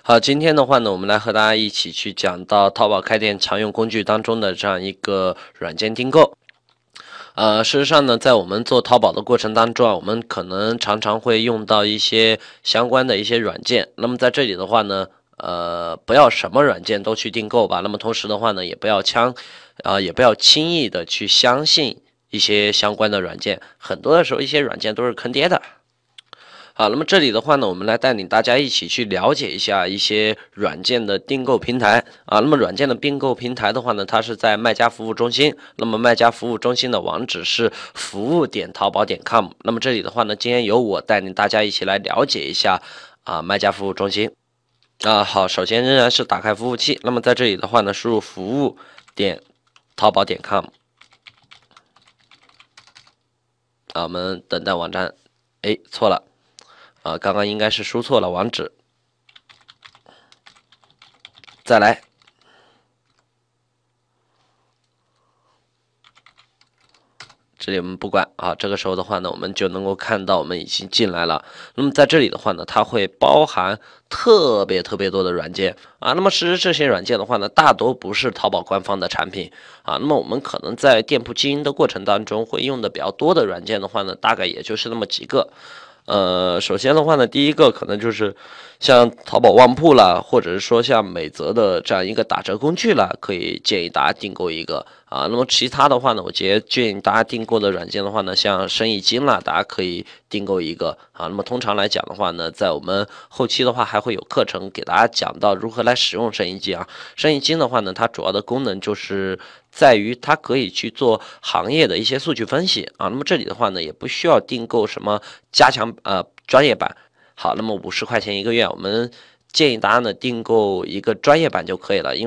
好，今天的话呢，我们来和大家一起去讲到淘宝开店常用工具当中的这样一个软件订购。事实上呢，在我们做淘宝的过程当中啊，我们可能常常会用到一些相关的一些软件。那么在这里的话呢，不要什么软件都去订购吧。那么同时的话呢，也不要轻易的去相信一些相关的软件。很多的时候，一些软件都是坑爹的。好，那么这里的话呢，我们来带领大家一起去了解一下一些软件的订购平台啊。那么软件的订购平台的话呢，它是在卖家服务中心。那么卖家服务中心的网址是服务点淘宝点 com。那么这里的话呢，今天由我带领大家一起来了解一下卖家服务中心。好，首先仍然是打开服务器。那么在这里的话呢，输入服务点淘宝点 com。我们等待网站。错了。刚刚应该是输错了网址，再来。这里我们不管啊，这个时候的话呢，我们就能够看到我们已经进来了。那么在这里的话呢，它会包含特别多的软件啊。那么其实这些软件的话呢，大多不是淘宝官方的产品啊。那么我们可能在店铺经营的过程当中会用的比较多的软件的话呢，大概也就是那么几个。首先的话呢，第一个可能就是像淘宝旺铺啦，或者是说像美泽的这样一个打折工具啦，可以建议大家订购一个啊。那么其他的话呢，我建议大家订购的软件的话呢，像生意经啦，大家可以订购一个啊。那么通常来讲的话呢，在我们后期的话还会有课程给大家讲到如何来使用生意经啊。生意经的话呢，它主要的功能就是在于它可以去做行业的一些数据分析啊。那么这里的话呢，也不需要订购什么加强专业版。好，那么50块钱一个月，我们建议大家呢订购一个专业版就可以了，因为